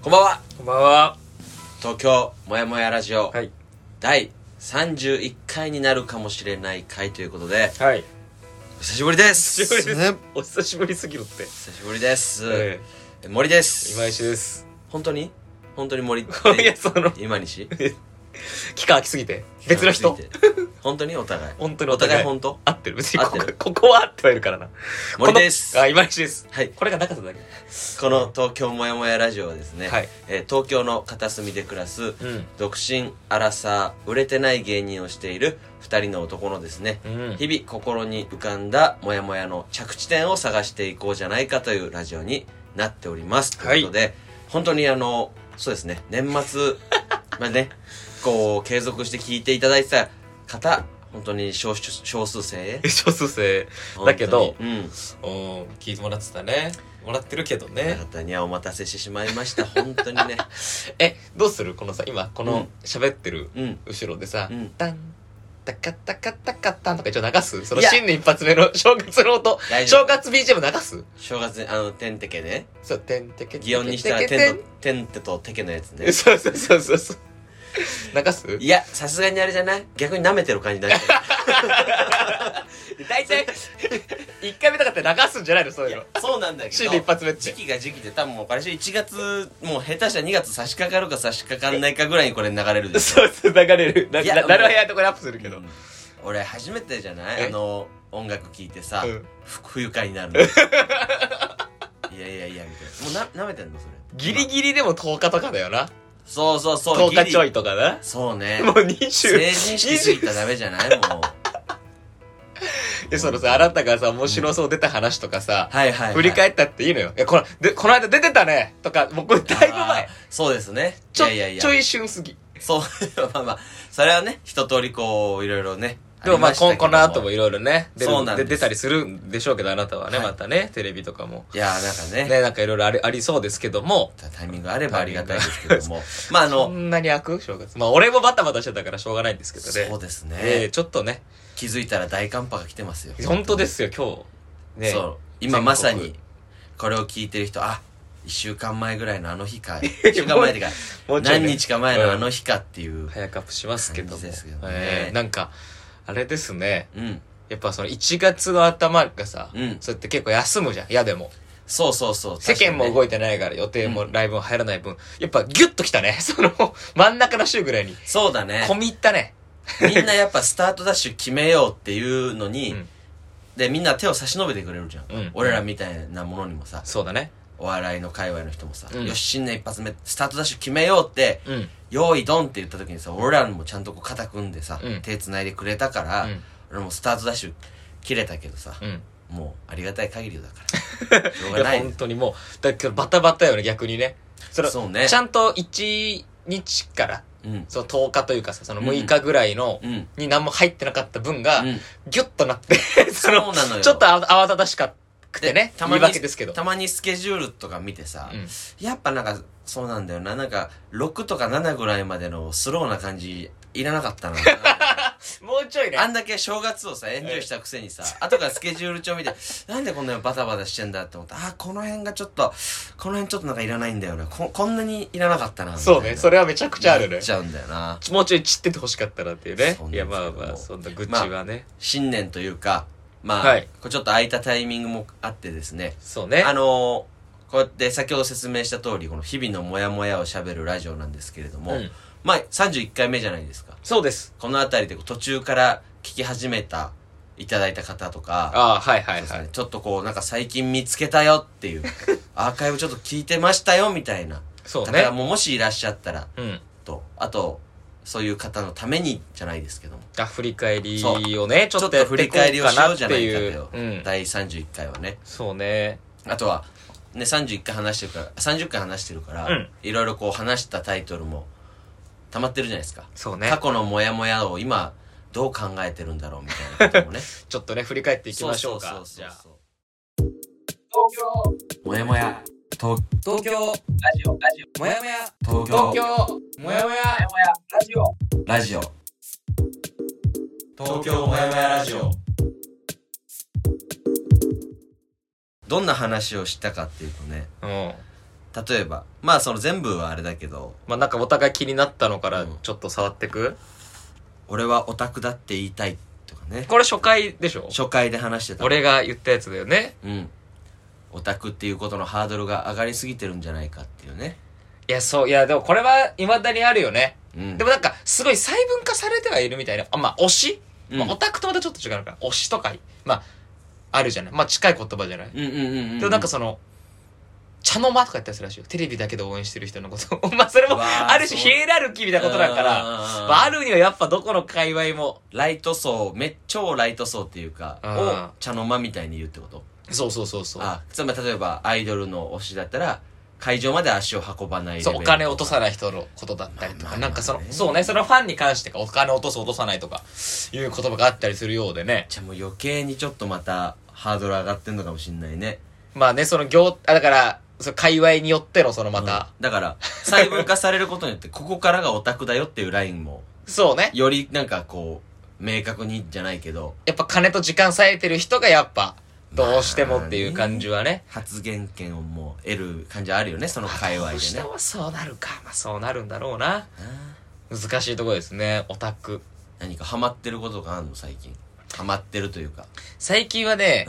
こんばんは。 こんばんは。 東京もやもやラジオ、 はい。 第31回になるかもしれない回ということで、 はい。 お久しぶりです。 久しぶりです。お久しぶりすぎるって。 久しぶりです。森です。 今石です。 本当に森っていや、 今西期間空きすぎて。別の人本当にお互い。 本当にお互い本当合ってる。別に合ってるここは合ってはいるからな。 森です。 今石です。 はい。 これがなかっただけ。 この東京もやもやラジオはですね、 はい。 東京の片隅で暮らす、 うん。 独身アラサー売れてない芸人をしている2人の男のですね、 うん。 日々心に浮かんだモヤモヤの着地点を探していこうじゃないかというラジオになっております。 はいということで、本当にそうですね、年末まあね、こう継続して聞いていただいてた方、本当に少数生少数生だけど、 うん、 聞いてもらってたね。もらってるけどね。 方にはお待たせしてしまいました。本当にね。 どうするこのさ、今、この喋ってるうん後ろでさ、 うんタン、タカタカタカタンとか一応流すその新年一発目の正月の音、正月 BGM 流す正月にテンテケね、 そう、テンテケ擬音にしたらテンテとテケのやつね。 そうそうそうそうそう。流すいや、さすがにあれじゃない？逆に舐めてる感じになっちゃう。 大体、1回目とかって流すんじゃないのそういうの。 そうなんだけど、 新年一発目って。 時期が時期で多分もう来週1月、もう下手したら2月差し掛かるか差し掛かんないかぐらいにこれ流れるでしょ。 そうそう、流れる。ないやる早いところにアップするけど。 俺初めてじゃない音楽聴いてさ、不愉快になるの。いやいやいや、みたいな。もう舐めてんのそれ。 ギリギリでも10日とかだよな。 そうそうそう。 10日ちょいとかな。 そうね。 もう20。 成人式過ぎたらダメじゃない？もう。 そのさ、あなたがさ、面白そう出た話とかさ、 はいはい、 振り返ったっていいのよ。この間出てたねとか、もうこれだいぶ前。 そうですね。 ちょい旬すぎ。 そう、まあまあ、それはね、一通りこう、いろいろね。 でもまあ、この後もいろいろね、出たりするんでしょうけど、あなたはね、またね、テレビとかも。 いや、なんかね。 ね、なんかいろいろありそうですけども。 タイミングあればありがたいですけども。まあそんなに開く正月。まあ、俺もバタバタしてたからしょうがないんですけどね。 そうですね。 ちょっとね。 気づいたら大寒波が来てますよ。 本当ですよ、今日。ね。 そう。今まさに、これを聞いてる人、1週間前ぐらいのあの日か。1週間前ってか、何日か前のあの日かっていう。 早くアップしますけども。 ね。 なんか、あれですね。 うん。 やっぱその1月の頭がさ、そうやって結構休むじゃん、嫌でも。 そうそうそう。 世間も動いてないから予定もライブも入らない分、やっぱギュッときたね。その、真ん中の週ぐらいに。 そうだね。 込み入ったね。 みんなやっぱスタートダッシュ決めようっていうのに、で、みんな手を差し伸べてくれるじゃん。俺らみたいなものにもさ。 そうだね。 お笑いの界隈の人もさ、よし、新年一発目、スタートダッシュ決めようって、用意ドンって言った時にさ、俺らもちゃんとこう肩組んでさ、手繋いでくれたから、俺もスタートダッシュ切れたけどさ、もうありがたい限りだから。しょうがない。 本当にもう、だけどバタバタよね、逆にね。 そうね。 ちゃんと1日から、その10日というかさ、その6日ぐらいの、に何も入ってなかった分が、ギュッとなって、 そうなのよ。 ちょっと慌ただしかくてね、いいわけですけど。 たまにスケジュールとか見てさ、やっぱなんか、そうなんだよな。なんか、6とか7ぐらいまでのスローな感じ、いらなかったな。 もうちょいね。 あんだけ正月をさ、エンジョイしたくせにさ、後からスケジュール帳見て、なんでこんなバタバタしてんだって思った。この辺ちょっとなんかいらないんだよな。こんなにいらなかったな。 そうね、それはめちゃくちゃあるね。 なっちゃうんだよな。 もうちょい散ってて欲しかったなっていうね。いや、まあまあ、そんな愚痴はね。 新年というか、まあ、ちょっと空いたタイミングもあってですね。 そうね。 こうやって先ほど説明した通り、この日々のモヤモヤを喋るラジオなんですけれども、まあ、31回目じゃないですか。 そうです。 このあたりで途中から聞き始めいただいた方とか、 はいはいはい。 ちょっとこう、なんか最近見つけたよっていう、アーカイブちょっと聞いてましたよみたいな。 そうね。 だからもしいらっしゃったら、あと、そういう方のためにじゃないですけども。 振り返りをね、ちょっと振り返りをしようじゃないかとよ。 うん。 第31回はね。 そうね。 あとは、ね、30回話してるから、いろいろこう話したタイトルも溜まってるじゃないですか。 そうね。 過去のモヤモヤを今、どう考えてるんだろうみたいなこともね。 ちょっとね、振り返っていきましょうか。 じゃあ。東京、もやもや、東京、ラジオ、もやもや、東京、 もやもや、 ラジオ、東京もやもやラジオ。どんな話をしたかっていうとね、 例えばまあその全部はあれだけど、 まあなんかお互い気になったのからちょっと触ってく、 俺はオタクだって言いたいとかね。 これ初回でしょ？ 初回で話してた。 俺が言ったやつだよね。 オタクっていうことのハードルが上がりすぎてるんじゃないかっていうね。 いや、そう、いや、でもこれは未だにあるよね。でもなんか、すごい細分化されてはいるみたいな。まあ、推し、まあ、オタクとまたちょっと違うのか。推しとか、まあ、あるじゃない。まあ、近い言葉じゃない。でもなんかその、茶の間とか言ったりするらしいよ。テレビだけで応援してる人のことを。まあ、それも、ある種ヒエラルキーみたいなことだから、まあ、あるにはやっぱどこの界隈も。 ライト層、超ライト層っていうか、を茶の間みたいに言うってこと？ そう。 つまり例えばアイドルの推しだったら、会場まで足を運ばないレベル。 そう、お金落とさない人のことだったりとか、なんかその、そうね、そのファンに関してか、お金落とさないとか、いう言葉があったりするようでね。 じゃあもう余計にちょっとまた、ハードル上がってんのかもしんないね。 まあね、そのだから、その界隈によってのそのまた、 だから、細分化されることによって、ここからがオタクだよっていうラインも、 そうね。 よりなんかこう、明確にじゃないけど。 やっぱ金と時間割いてる人がやっぱ、どうしてもっていう感じはね。 発言権をもう得る感じはあるよね、その界隈でね。どうしてもそうなるか。まあそうなるんだろうな。難しいところですね、オタク。 何かハマってることがあるの最近。ハマってるというか。 最近はね、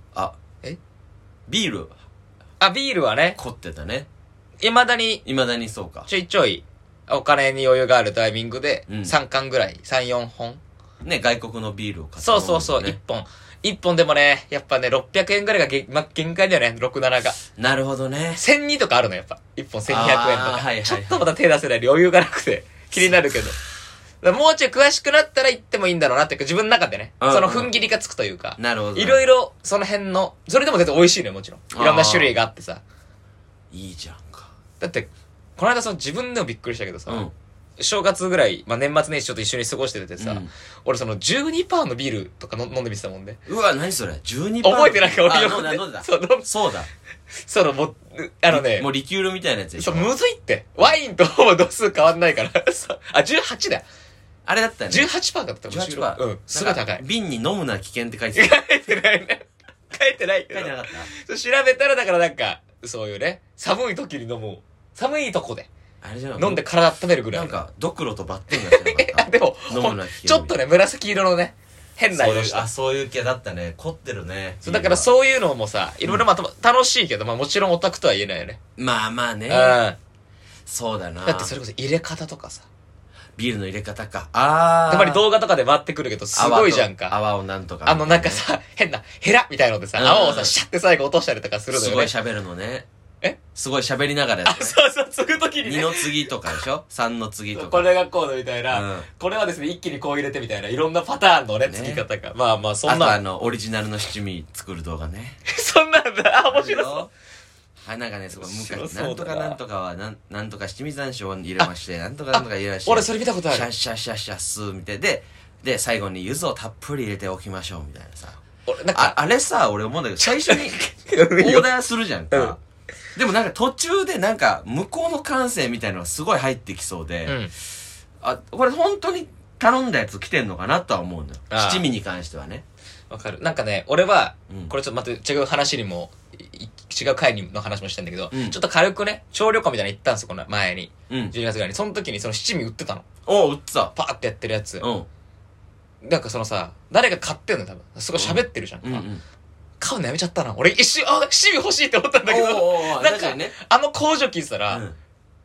ビール。 ビールはね。 凝ってたね。 未だにそうか。 ちょいちょい、お金に余裕があるタイミングで、3缶ぐらい、3、4本。 ね、外国のビールを買って、 そう、1本。1本でもね、やっぱね、600円ぐらいが限界だよね、6、7が。 なるほどね。 1200とかあるの、やっぱ。1本1200円とか。ちょっとまた手出せない余裕がなくて、気になるけど。もうちょい詳しくなったら行ってもいいんだろうなっていうか、自分の中でね、その踏ん切りがつくというか。 なるほど。 いろいろ、その辺の、それでも全然美味しいのよ、もちろん。いろんな種類があってさ。 いいじゃんか。 だって、この間自分でもびっくりしたけどさ、正月ぐらい、まあ、年末年始ちょっと一緒に過ごしててさ、俺その 12% のビールとか飲んでみてたもんね。 うわ、何それ ?12%? 覚えてないか俺飲んだ。そうだ。 もう、 もうリキュールみたいなやつでしょ。 むずいって。ワインとほぼ度数変わんないから。18だ。 あれだったよね。 18% だった。 18%。 うん。すごい高い。 瓶に飲むな危険って書いてた。 書いてないね。書いてないけど。 書いてなかった調べたらだからなんか、そういうね、寒い時に飲む。寒いとこで。 あれじゃん。 飲んで体温めるぐらい。 なんか、ドクロとバッテンがしてなかった。 でも、 飲むな危険。 ちょっとね、紫色のね、変な色した。 そういう系だったね。凝ってるね。 だからそういうのもさ、いろいろまた楽しいけど、まあもちろんオタクとは言えないよね。 まあまあね。そうだな。 だってそれこそ入れ方とかさ。 ビールの入れ方か。 やっぱり動画とかで回ってくるけど、すごいじゃんか。 泡をなんとか。 なんかさ、変なヘラみたいのでさ、泡をさ、シャって最後落としたりとかするのよね。 すごい喋るのね。 えすごい喋りながらやって。 そう、継ぐときにね。 2の次とかでしょ ?3 の次とか。 これがこうだみたいな。これはですね、一気にこう入れてみたいな、いろんなパターンのね、継ぎ方が。まあまあ、そんな。 あとオリジナルの七味作る動画ね。 そんなんだ。面白そう。 はい、なんかね、すごい昔、なんとかなんとかは、なんとか七味山椒を入れまして、なんとかなんとか入れまして。 俺それ見たことある。 シャッシャッシャッシャッスーみたいで、最後に柚子をたっぷり入れておきましょうみたいなさ。あれさ、俺思うんだけど、最初にオーダーするじゃんか。でもなんか途中でなんか向こうの感性みたいなのがすごい入ってきそうで、これ本当に頼んだやつ来てんのかなとは思うんだよ。七味に関してはね。 わかる。なんかね、俺は、これちょっとまた違う話にも、違う回の話もしたんだけど、ちょっと軽くね、小旅行みたいなの行ったんですよ、この前に。12月ぐらいに。その時にその七味売ってたの。 売ってた。 パーってやってるやつ。なんかそのさ、誰が買ってんの多分。すごい喋ってるじゃんか。買うのやめちゃったな。俺一瞬、七味欲しいって思ったんだけど、なんか、工場聞いてたら、なんか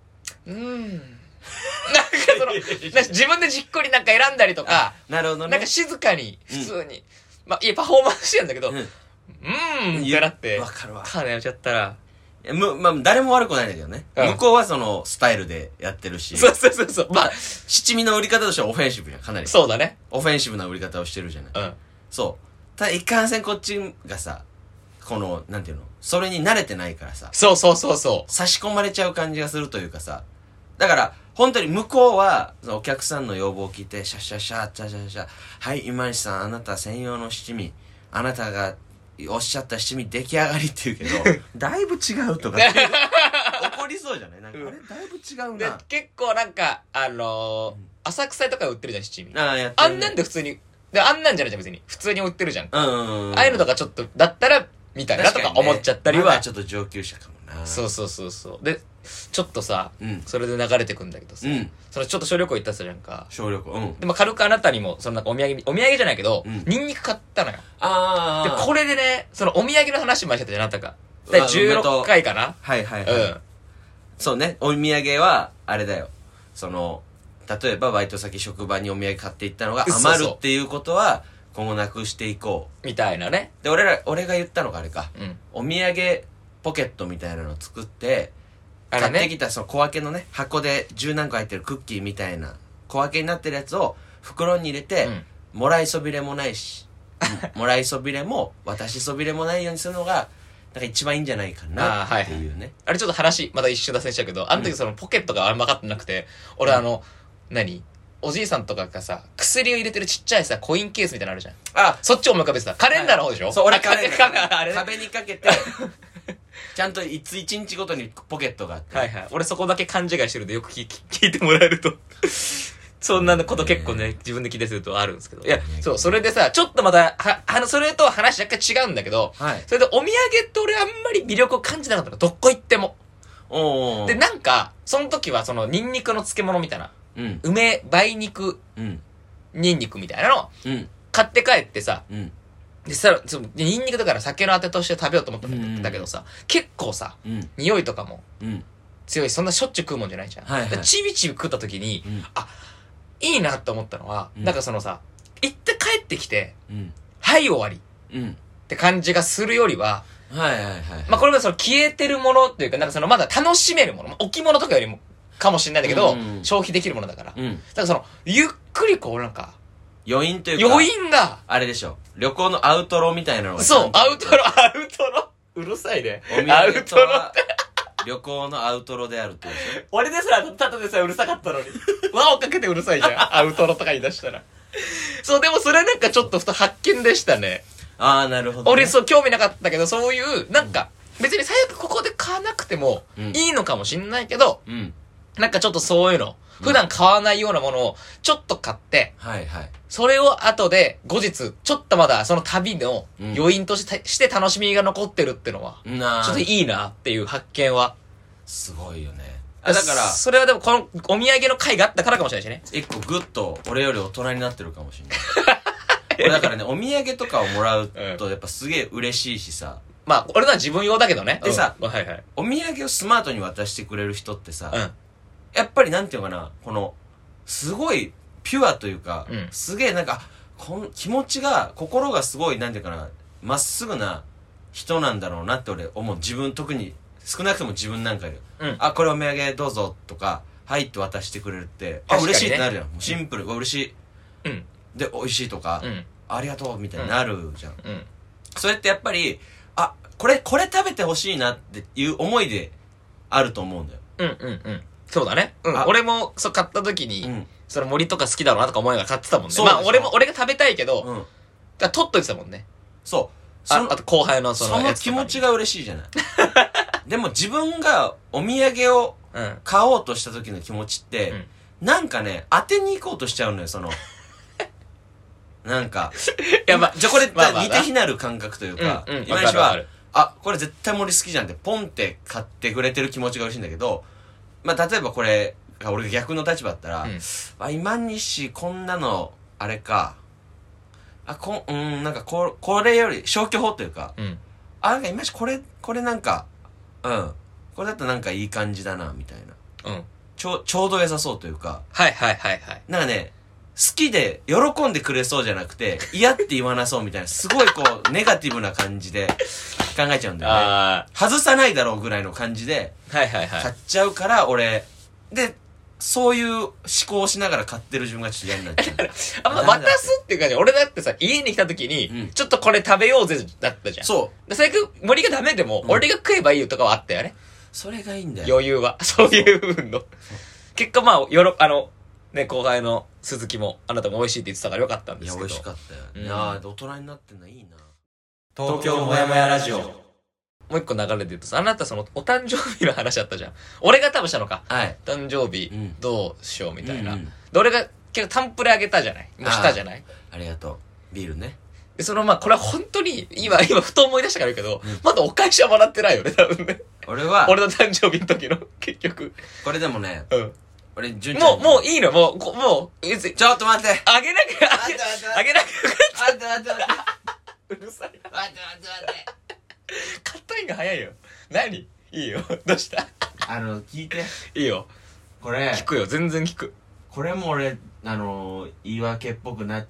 その、自分でじっくりなんか選んだりとか、 なるほどね。 なんか静かに、普通に、まあ、いいパフォーマンスしてるんだけど、ってなって、 わかるわ。 買うのやめちゃったら、 まあ、誰も悪くないんだけどね。向こうはその、スタイルでやってるし。 そう。 まあ、七味の売り方としてはオフェンシブや、かなり。 そうだね。 オフェンシブな売り方をしてるじゃない。そう。ただ、いかんせんこっちがさ、この、なんていうの、それに慣れてないからさ。 そう。 差し込まれちゃう感じがするというかさ。だから、本当に向こうは、お客さんの要望を聞いて、シャッシャッシャッ、シャッシャッシャッ、はい、今西さん、あなた専用の七味、あなたがおっしゃった七味出来上がりって言うけど、だいぶ違うとか、怒りそうじゃないなんか、あれ、だいぶ違うな。 結構なんか、浅草とか売ってるじゃん、七味。 あんなんで普通に、あんなんじゃないじゃん、別に。普通に売ってるじゃん。ああいうのとかちょっと、だったら、みたいなとか思っちゃったりは。 ちょっと上級者かもそうそうそうそう。で、ちょっとさ、それで流れてくんだけどさ、そのちょっと小旅行行ったじゃんか。 小旅行。 で、まあ、軽くあなたにも、そのなんかお土産じゃないけど、ニンニク買ったのよ。で、これでね、そのお土産の話もしてたじゃん、あなたが。で、16回かな。 はいはいはい。そうね、お土産は、あれだよ。その、例えばバイト先職場にお土産買っていったのが余るっていうことは、今後なくしていこう。みたいなね。 で、俺が言ったのがあれか。お土産ポケットみたいなのを作って、買ってきたその小分けのね、箱で10何個入ってるクッキーみたいな小分けになってるやつを袋に入れて、もらいそびれもないし、もらいそびれも渡しそびれもないようにするのが、なんか一番いいんじゃないかなっていうね。 あれちょっと話、また一瞬脱線しちゃうけど、あの時そのポケットがあんま分かってなくて、俺おじいさんとかがさ、薬を入れてるちっちゃいさ、コインケースみたいなのあるじゃん。 あ、 そっちを思い浮かべてた。カレンダーの方でしょ？ そう、俺カレンダー。あれ壁にかけて、ちゃんと一日ごとにポケットがあって。 はいはい。俺そこだけ勘違いしてるんでよく聞いてもらえると。そんなこと結構ね、自分で聞いてするとあるんですけど。いや、そう、それでさ、ちょっとまた、それと話若干違うんだけど、それでお土産って俺あんまり魅力を感じなかったの。どっこ行っても。で、なんか、その時はその、ニンニクの漬物みたいな。梅肉、ニンニクみたいなのを買って帰ってさ、でさ、ニンニクだから酒のあてとして食べようと思ったんだけどさ、結構さ、匂いとかも強い、そんなしょっちゅう食うもんじゃないじゃん。ちびちび食った時に、あ、いいなって思ったのは、なんかそのさ、行って帰ってきて、はい終わりって感じがするよりは、まあこれはその消えてるものっていうか、なんかそのまだ楽しめるもの、置物とかよりも、かもしれないんだけど、消費できるものだから。だからその、ゆっくりこうなんか、 余韻というか、 余韻が、 あれでしょ。旅行のアウトロみたいなのが。 そう、アウトロうるさいね。 アウトロ旅行のアウトロであるってことでしょ。 俺ですら、ただでさえうるさかったのに。輪をかけてうるさいじゃん。アウトロとか言い出したら。そう、でもそれなんかちょっと発見でしたね。 ああ、なるほど、 俺そう、興味なかったけど、そういう、なんか、別に最悪ここで買わなくてもいいのかもしんないけど、なんかちょっとそういうの、普段買わないようなものをちょっと買って、それを後で後日、ちょっとまだその旅の余韻として楽しみが残ってるってのは、ちょっといいなっていう発見は。 すごいよね。 だから、それはでもこのお土産の会があったからかもしれないしね。 一個グッと俺より大人になってるかもしれない。俺だからね、お土産とかをもらうとやっぱすげえ嬉しいしさ。 まあ、俺のは自分用だけどね。 でさ、お土産をスマートに渡してくれる人ってさ、やっぱりなんていうのかな、この、すごいピュアというか、すげえなんか、気持ちが、心がすごい、なんていうかな、まっすぐな人なんだろうなって俺思う。自分、特に、少なくとも自分なんかいる。あ、これお土産どうぞとか、はいって渡してくれるって、あ、嬉しいってなるじゃん。シンプル、嬉しい。で、美味しいとか、ありがとうみたいになるじゃん。それってやっぱり、あ、これ食べてほしいなっていう思いであると思うんだよ。 そうだね。俺も、そう買った時に、その森とか好きだろうなとか思いながら買ってたもんね。まあ、俺が食べたいけど、取っといてたもんね。 そう。 あと後輩のその気持ちが嬉しいじゃない。でも自分がお土産を買おうとした時の気持ちって、なんかね、当てに行こうとしちゃうのよ、その。なんか。いや、まあ、じゃあこれ、似て非なる感覚というか、今石は、あ、これ絶対森好きじゃんって、ポンって買ってくれてる気持ちが嬉しいんだけど、まあ、例えばこれ、俺が逆の立場だったら、あ、今西こんなの、あれか、あ、なんかこれより消去法というか、あ、なんか今西これなんか、これだとなんかいい感じだな、みたいな。ちょうど良さそうというか、なんかね、好きで喜んでくれそうじゃなくて、嫌って言わなそうみたいな、すごいこう、ネガティブな感じで考えちゃうんだよね。外さないだろうぐらいの感じで、買っちゃうから、俺、で、そういう思考をしながら買ってる自分がちょっと嫌になっちゃう。 渡すっていうかね、俺だってさ、家に来た時に、ちょっとこれ食べようぜ、だったじゃん。 そう。 最悪、森がダメでも、俺が食えばいいよとかはあったよね。 それがいいんだよ。 余裕は。そういう部分の。結果まあ、ね、後輩の鈴木も、あなたも美味しいって言ってたからよかったんですけど。 いや、美味しかったよ。いや大人になってんのいいな。 東京もやもやラジオ。もう一個流れで言うとさ、あなたその、お誕生日の話あったじゃん。俺が多分したのか。誕生日、どうしようみたいな。で、俺が結構タンプレあげたじゃない。もうしたじゃない。 ありがとう。ビールね。 で、これは本当に、今ふと思い出したから言うけど、まだお返しはもらってないよね、多分ね。 俺は、 俺の誕生日の時の、結局。 これでもね、俺、 純ちゃんもういいの、もう、別に。 ちょっと待って。 あげなきゃ、あげなきゃ。 待って。 うるさいな。 待って。 カットインが早いよ。何いいよ。どうした聞いて。 いいよ。 これ。 聞くよ、全然聞く。 これも俺、言い訳っぽくなって。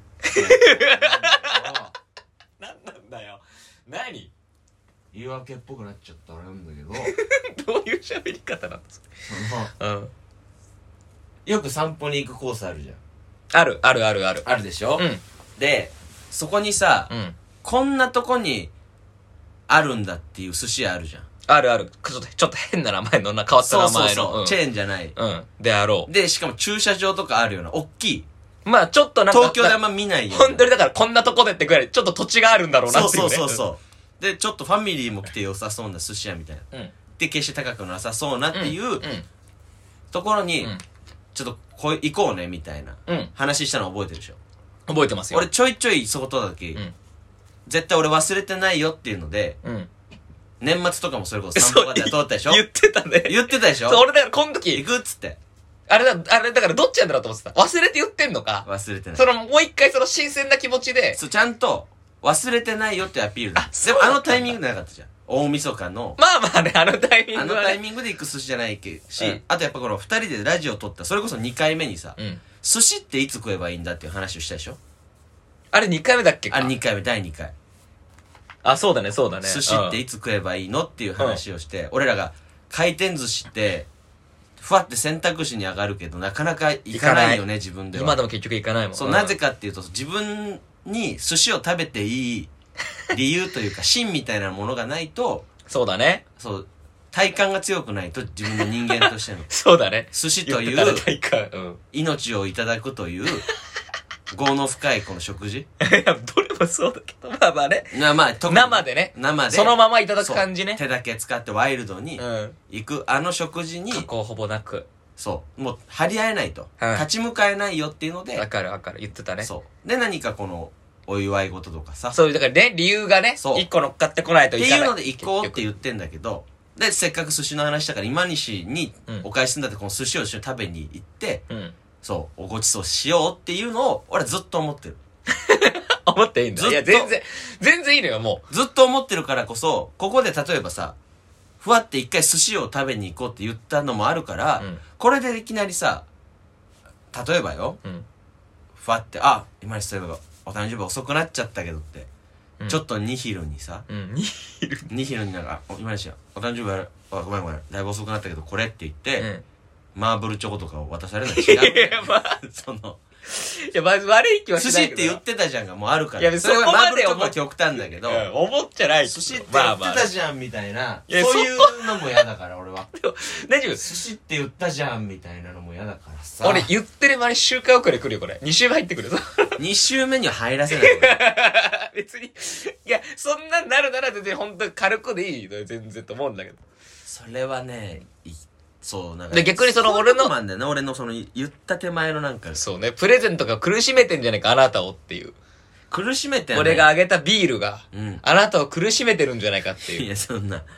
なんなんだよ。何言い訳っぽくなっちゃったあれなんだけど。 どういう喋り方なんですか？ よく散歩に行くコースあるじゃん。 ある。あるでしょ？で、そこにさ、こんなとこにあるんだっていう寿司屋あるじゃん。 ある。ちょっと変な名前の変わった名前の。 そう、チェーンじゃない。 であろう。で、しかも駐車場とかあるような、おっきい。 まあちょっとなんか。 東京であんま見ないよ。 本当にだからこんなとこでってぐらい、ちょっと土地があるんだろうなっていうね。 そうで、ちょっとファミリーも来て良さそうな寿司屋みたいな。で、決して高くなさそうなっていうところに、ちょっと行こうねみたいな話したの覚えてるでしょ？ 覚えてますよ。 俺ちょいちょいそことだけ、絶対俺忘れてないよっていうので、年末とかもそれこそ散歩がで通ったでしょ？ 言ってたね。 言ってたでしょ？ 俺だからこの時。 行くっつって。 あれだからどっちなんだろうと思ってた。忘れて言ってんのか。 忘れてない。 もう一回新鮮な気持ちで。 ちゃんと忘れてないよってアピールだ。でもタイミングでなかったじゃん。大晦日の。 まあね、タイミングはね。 タイミングで行く寿司じゃないし、あとやっぱこの二人でラジオ撮った、それこそ2回目にさ、寿司っていつ食えばいいんだっていう話をしたでしょ？ あれ2回目だっけか？ あれ2回目、第2回。 そうだね。 寿司っていつ食えばいいのっていう話をして、俺らが回転寿司って、ふわって選択肢に上がるけど、なかなか行かないよね、自分では。 今でも結局行かないもん。 そう、なぜかっていうと、自分に寿司を食べていい理由というか、芯みたいなものがないと、 そうだね。 そう、体感が強くないと自分の人間としての。 そうだね。 寿司という、命をいただくという、業の深いこの食事。 いや、どれもそうだけど、まあね。生でね。 生で。 そのままいただく感じね。 手だけ使ってワイルドに行く、食事に。 加工ほぼなく。 そう。もう、張り合えないと。立ち向かえないよっていうので。 わかる。言ってたね。 そう。で、何かこの、お祝い事とかさ。 そう、だからね、理由がね、一個乗っかってこないといけない。 っていうので行こうって言ってんだけど、で、せっかく寿司の話だから、今西にお返しするんだって、この寿司を一緒に食べに行って、そう、おごちそうしようっていうのを、俺ずっと思ってる。 思っていいんだ。いや、全然いいのよ、もう。ずっと思ってるからこそ、ここで例えばさ、ふわって一回寿司を食べに行こうって言ったのもあるから、これでいきなりさ、例えばよ、ふわって、今西そういえば、お誕生日遅くなっちゃったけどって、ちょっとニヒルにさ、ニヒルになんか、今西お誕生日ごめん、だいぶ遅くなったけど、これって言って、マーブルチョコとかを渡されるのは違う。 いや、まず悪い気はしないけど。 寿司って言ってたじゃんがもうあるから。 いや、そこまで思っ極端だけど。 思っちゃない。 寿司って言ってたじゃんみたいな。そういうのも嫌だから、俺は。 大丈夫。 寿司って言ったじゃんみたいなのも嫌だからさ。 俺言ってる間に周回遅れ来るよ、これ。2週目入ってくるぞ。 2週目には入らせない。 別に。いや、そんなんなるなら全然本当に軽くでいいの全然と思うんだけど。 それはね、そう、なんか。 で、逆に俺の。 俺の言った手前のなんか。 そうね、プレゼントが苦しめてんじゃねえか、あなたをっていう。 苦しめて俺があげたビールが、あなたを苦しめてるんじゃないかっていう。 いや、そんな、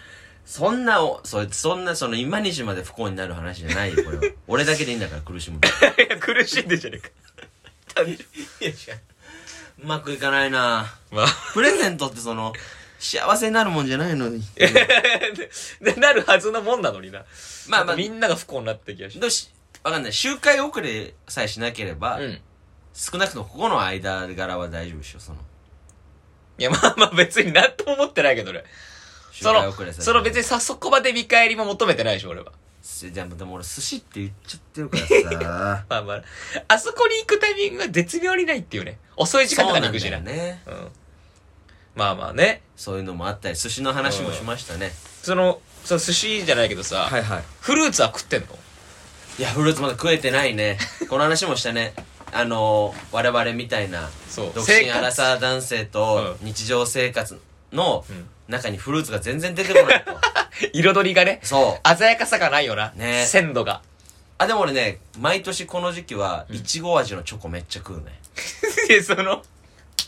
今西まで不幸になる話じゃないよ、これは。俺だけでいいんだから苦しむ。 いや、苦しんでんじゃねえか。 いや、うまくいかないなプレゼントって幸せになるもんじゃないのに。 で、なるはずのもんなのにな。 まあ、 みんなが不幸になってきやし。 わかんない。周回遅れさえしなければ、少なくともここの間柄は大丈夫でしょ、 いや、まあ別になんとも思ってないけどね。 周回遅れさえ。 別にそこまで見返りも求めてないでしょ、俺は。 でも俺寿司って言っちゃってるからさ。 あそこに行くタイミングが絶妙にないっていうね。遅い時間とかに行くしな。 そうなんだよね。 まあね。 そういうのもあったり、寿司の話もしましたね。 寿司じゃないけどさ、フルーツは食ってんの？ いや、フルーツまだ食えてないね。この話もしたね。我々みたいな、独身アラサー男性と日常生活の中にフルーツが全然出てこないと。 彩りがね。 そう。 鮮やかさがないよな。 ね。 鮮度が。 でも俺ね、毎年この時期は、いちご味のチョコめっちゃ食うね。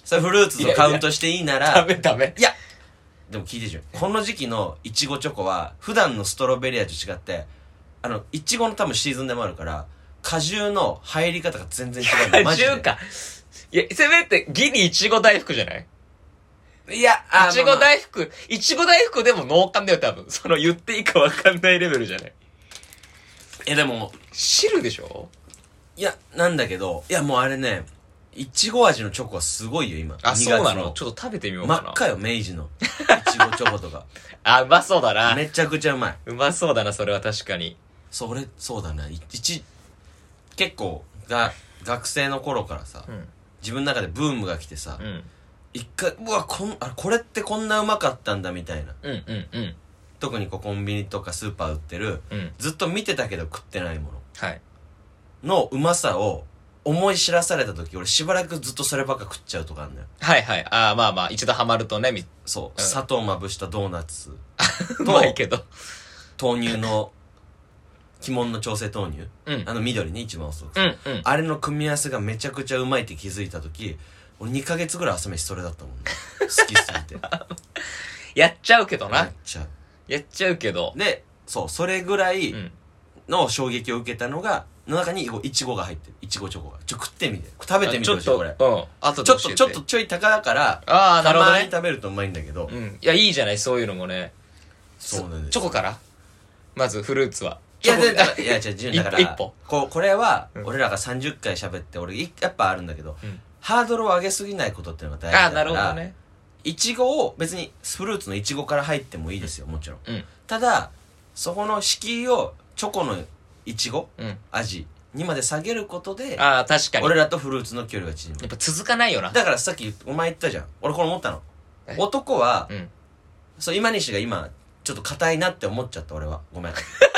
それフルーツとカウントしていいなら、 ダメ。 いや、でも聞いてじゃん。この時期のいちごチョコは、普段のストロベリ味と違って、いちごの多分シーズンでもあるから、果汁の入り方が全然違うんだよ。 果汁か。いや、せめてギリいちご大福じゃない？ いや、 いちご大福でも農家だよ、多分。その言っていいか分かんないレベルじゃない。 でも、 汁でしょ？ いや、なんだけど、いやもうあれね、いちご味のチョコはすごいよ、今。 あ、そうなの？ちょっと食べてみようかな。 真っ赤よ、明治の。いちごチョコとか。 あ、うまそうだな。 めちゃくちゃうまい。 うまそうだな、それは確かに。 そうだな。結構、学生の頃からさ、自分の中でブームが来てさ、一回、うわ、これってこんなうまかったんだみたいな。特にコンビニとかスーパー売ってる、ずっと見てたけど食ってないもののうまさを思い知らされた時、俺しばらくずっとそればっか食っちゃうとかあんだよ。 はいはい。ああ、まあまあ、一度ハマるとね。 そう、砂糖まぶしたドーナツうまいけど。 豆乳の鬼門の調整豆乳、緑ね、一番遅く、あれの組み合わせがめちゃくちゃうまいって気づいた時、俺2ヶ月ぐらい朝飯それだったもんね。好きすぎて。 やっちゃうけどな。 やっちゃうけど。 で、そう、それぐらいの衝撃を受けたのが、の中にいちごが入ってる。いちごチョコが。食ってみて。食べてみてほしい、これ。 あとちょっとちょい高だから、 なるほどね。 たまに食べるとうまいんだけど。 いや、いいじゃない、そういうのもね。 そうなんです。 チョコからまず、フルーツは。 いや、だから、 一歩。 これは、俺らが30回喋って、俺、やっぱあるんだけど、ハードルを上げすぎないことっていうのが大事だから。 なるほどね。 いちごを、別にフルーツのいちごから入ってもいいですよ、もちろん。ただ、そこの敷居を、チョコのいちご味にまで下げることで、 確かに。 俺らとフルーツの距離が縮む。 やっぱ続かないよな。 だからさっき、お前言ったじゃん。俺これ思ったの。男は、そう、今西が今、ちょっと硬いなって思っちゃった、俺は。ごめん。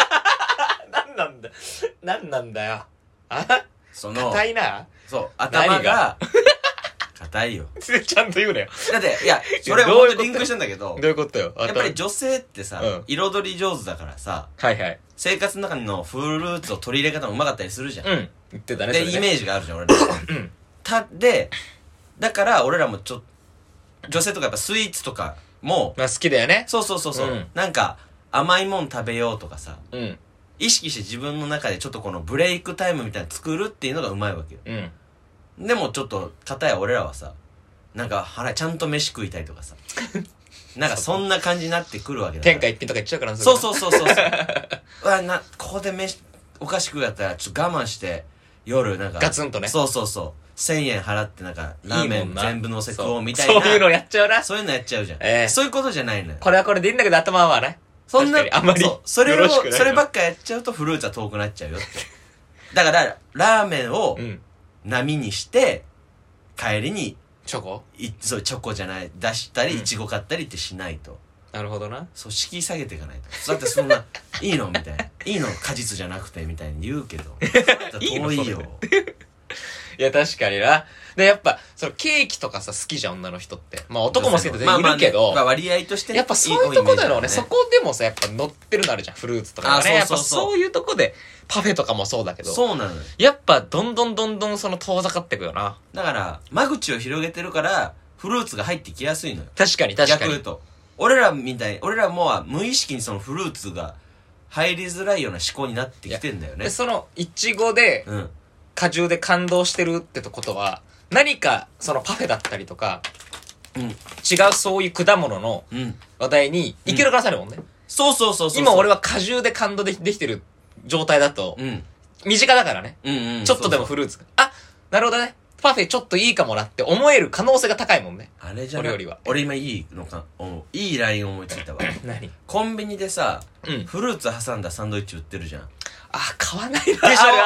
なんなんだよ。硬いな。 そう、頭が、硬いよ。 ちゃんと言うなよ。 だって、いや、それは本当にリンクしたんだけど、 どういうことよ。 やっぱり女性ってさ、彩り上手だからさ、生活の中のフルーツを取り入れ方もうまかったりするじゃん。 言ってたね。 で、イメージがあるじゃん、俺ら。で、だから俺らも女性とかやっぱスイーツとかも、 好きだよね。 そう。なんか、甘いもん食べようとかさ、意識して自分の中でちょっとこのブレイクタイムみたいなの作るっていうのがうまいわけよ。でもちょっと、片や俺らはさ、なんかちゃんと飯食いたいとかさ、なんかそんな感じになってくるわけだから。 天下一品とか言っちゃうからそう。ここでお菓子食うやったらちょっと我慢して、夜なんか。 ガツンとね。 そう。1000円払ってなんか、ラーメン全部乗せ食おうみたいな。 そういうのやっちゃうな。 そういうのやっちゃうじゃん。そういうことじゃないのよ。 これはこれでいいんだけど頭はね。 そんな、 あんまり。 そればっかやっちゃうとフルーツは遠くなっちゃうよって。だから、ラーメンを波にして、帰りに、 チョコそう、チョコじゃない、出したり、いちご買ったりってしないと。 なるほどな。 そう、敷居下げていかないと。だってそんな、いいのみたいな。いいの果実じゃなくて、みたいに言うけど。遠いよ。 いや、確かにな。で、やっぱ、ケーキとかさ、好きじゃん、女の人って。まあ、男も好きっているけど。 割合としてやっぱそういうとこだろうね。そこでもさ、やっぱ乗ってるのあるじゃん、フルーツとかね。やっぱそういうとこで、パフェとかもそうだけど。 そうなのよ。 やっぱ、どんどんその遠ざかってくよな。 だから、間口を広げてるから、フルーツが入ってきやすいのよ。 確かに。 逆言うと。俺らも無意識にそのフルーツが入りづらいような思考になってきてんだよね。 で、その、いちごで、果汁で感動してるってことは、何か、そのパフェだったりとか、違うそういう果物の話題に行けるからさるもんね。 そう。 今俺は果汁で感動できてる状態だと、身近だからね。ちょっとでもフルーツが。あ、なるほどね。パフェちょっといいかもなって思える可能性が高いもんね。 あれじゃない。俺今いいライン思いついたわ。 何？ コンビニでさ、フルーツ挟んだサンドイッチ売ってるじゃん。 買わないな。 でしょ？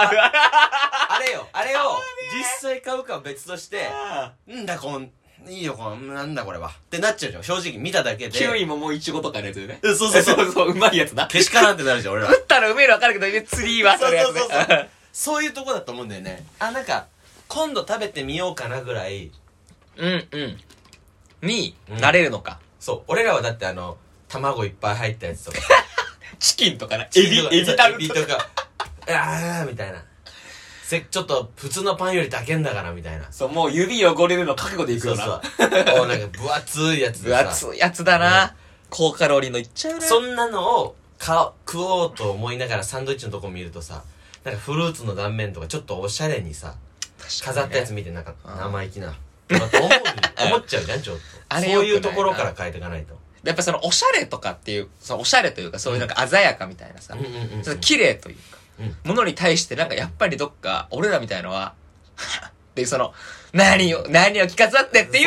あれを実際買うかは別として、いいよ、なんだこれは。ってなっちゃうじゃん。正直見ただけで。 キウイももうイチゴとかのやつよね。 そう、 うまいやつな。 けしからんってなるじゃん、俺ら。 食ったらうめえのわかるけど、釣りはそれやつね。 そういうとこだと思うんだよね。なんか、今度食べてみようかなぐらい。 に、なれるのか。 そう。俺らはだって卵いっぱい入ったやつとか。 チキンとかな。エビタルとか。みたいな。 ちょっと普通のパンよりだけんだからみたいな。 そう、もう指汚れるの覚悟でいくよな。 そうそう。なんか分厚いやつでさ。 分厚いやつだな。高カロリーのいっちゃうね。 そんなのを食おうと思いながらサンドイッチのとこ見るとさ、なんかフルーツの断面とかちょっとおしゃれにさ、飾ったやつ見てなんか生意気な。とか思っちゃうじゃん、ちょっと。そういうところから変えていかないと。 やっぱそのおしゃれとかっていう、そのおしゃれというかそういうなんか鮮やかみたいなさ、ちょっと綺麗というか、ものに対してなんかやっぱりどっか俺らみたいのは、っていうその、何を着飾ってっていう、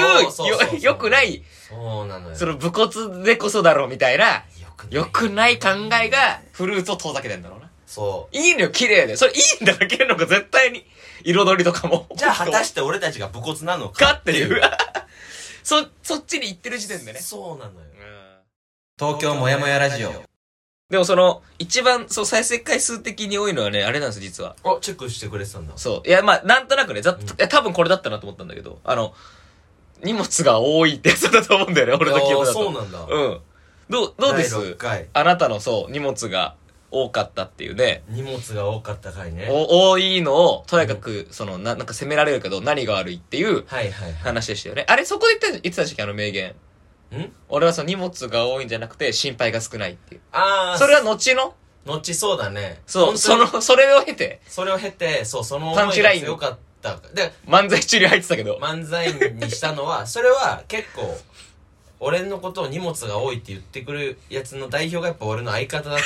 よくない、 そうなのよ。 その武骨でこそだろうみたいな、よくない考えがフルーツを遠ざけてんだろうな。 そう。 いいのよ、綺麗で。それいいんだからけるのか絶対に。彩りとかも。 じゃあ果たして俺たちが武骨なのかっていう。そっちに行ってる時点でね。 そうなのよ。東京もやもやラジオ。 でもその、一番、そう、再生回数的に多いのはね、あれなんです、実は。 チェックしてくれてたんだ。 そう。いや、まあ、なんとなくね、多分これだったなと思ったんだけど、荷物が多いってやつだと思うんだよね、俺の記憶だと。 そうなんだ。 うん。どうですあなたの、そう、荷物が多かったっていうね。 荷物が多かった回ね。 多いのを、とにかく、なんか責められるけど、何が悪いっていう、話でしたよね。あれ、そこで言ってた時期、名言。俺はその荷物が多いんじゃなくて心配が少ないっていう。それは後そうだね。 そう、それを経て、 そのパンチライン強かった。で、 漫才中に入ってたけど。 漫才にしたのは、それは結構、俺のことを荷物が多いって言ってくるやつの代表がやっぱ俺の相方だった。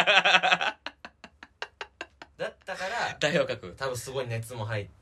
だったから、 代表格。 多分すごい熱も入って、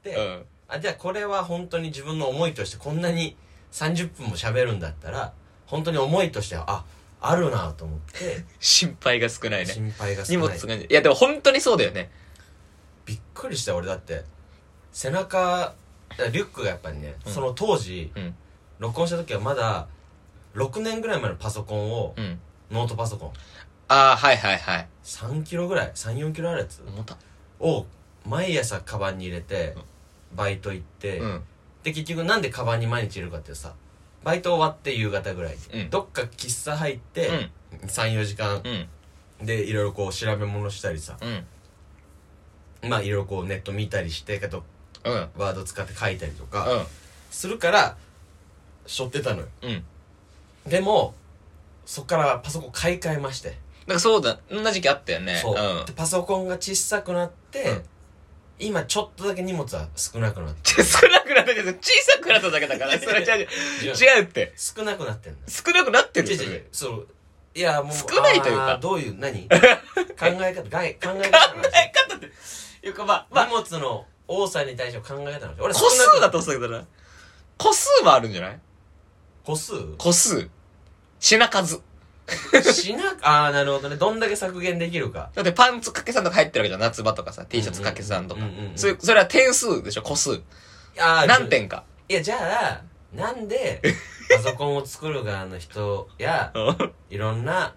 じゃあこれは本当に自分の思いとしてこんなに30分も喋るんだったら、本当に思いとしては、あるなと思って。 心配が少ないね。 心配が少ない。 荷物が、いやでも本当にそうだよね。 びっくりした俺だって。背中、リュックがやっぱりね、その当時、録音した時はまだ、6年ぐらい前のパソコンを、ノートパソコン。 はいはいはい。 3キロぐらい ?3、4キロあるやつ重たを、毎朝カバンに入れて、バイト行って、で、結局なんでカバンに毎日入れるかってさ、バイト終わって夕方ぐらい、どっか喫茶入って、3、4時間、で、いろいろこう調べ物したりさ、まあいろいろこうネット見たりして、ワード使って書いたりとか、するから、背負ってたのよ。でも、そっからパソコン買い替えまして。 なんかそうだ、そんな時期あったよね。 そう。で、パソコンが小さくなって、今ちょっとだけ荷物は少なくなって。 少なくなったけど、小さくなっただけだから、それ違うって。 少なくなってんだ。 少なくなってるよ。 そう。いや、もう。 少ないというか。 どういう、何考え方って。 いうかまあ、 荷物の多さに対しての考え方なんですよ。 俺個数だと思ったけどな。個数はあるんじゃない？ 個数。 品数。 なるほどね。どんだけ削減できるか。 だってパンツ掛け算とか入ってるわけじゃん。夏場とかさ、T シャツ掛け算とか。それは点数でしょ、個数。何点か。 いや、じゃあ、なんで、パソコンを作る側の人や、いろんな、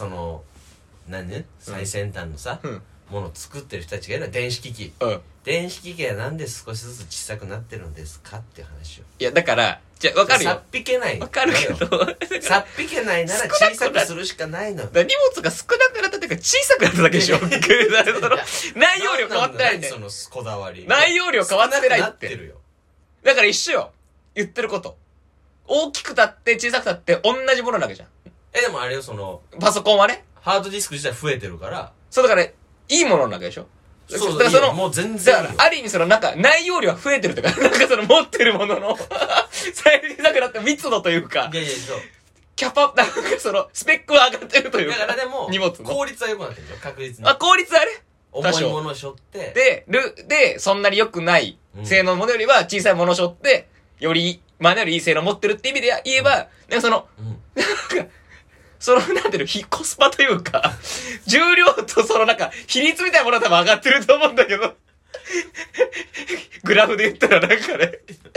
最先端のさ、ものを作ってる人たちがいるのは電子機器。電子機器はなんで少しずつ小さくなってるんですかっていう話を。 いや、だから、じゃあ、わかるよ。 さっぴけない。 わかるけど。 さっぴけないなら小さくするしかないの。 荷物が少なくなったっていうか、小さくなっただけでしょ。内容量変わってないんだよ。 そのこだわり。 内容量変わってないって。だから一緒よ。言ってること。大きくたって小さくたって同じものなわけじゃん。 でもあれよ、 パソコンはね。 ハードディスク自体増えてるから。 そうだから、いいものなわけでしょ。 そうだからもう全然。 だから、ある意味なんか、内容量は増えてるとか、なんか持ってるものの、最近なくなった密度というか、 いやいや、そう。 なんかスペックは上がってるというか。 だからでも、 荷物の。 効率は良くなってるでしょ、確実に。 効率はね。 重いものを背負って。 で、そんなに良くない性能のものよりは小さいものを背負って、より、前よりいい性能を持ってるって意味で言えば、なんかなんていうの、コスパというか、重量と比率みたいなものは多分上がってると思うんだけど、グラフで言ったらなんかね、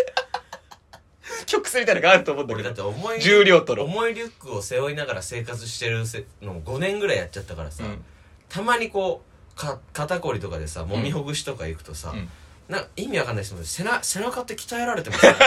曲線みたいなのがあると思うんだけど、 だって重量との。 重いリュックを背負いながら生活してるのを5年ぐらいやっちゃったからさ、たまに肩こりとかでさ、もみほぐしとか行くとさ、意味わかんない人も背中って鍛えられてますね。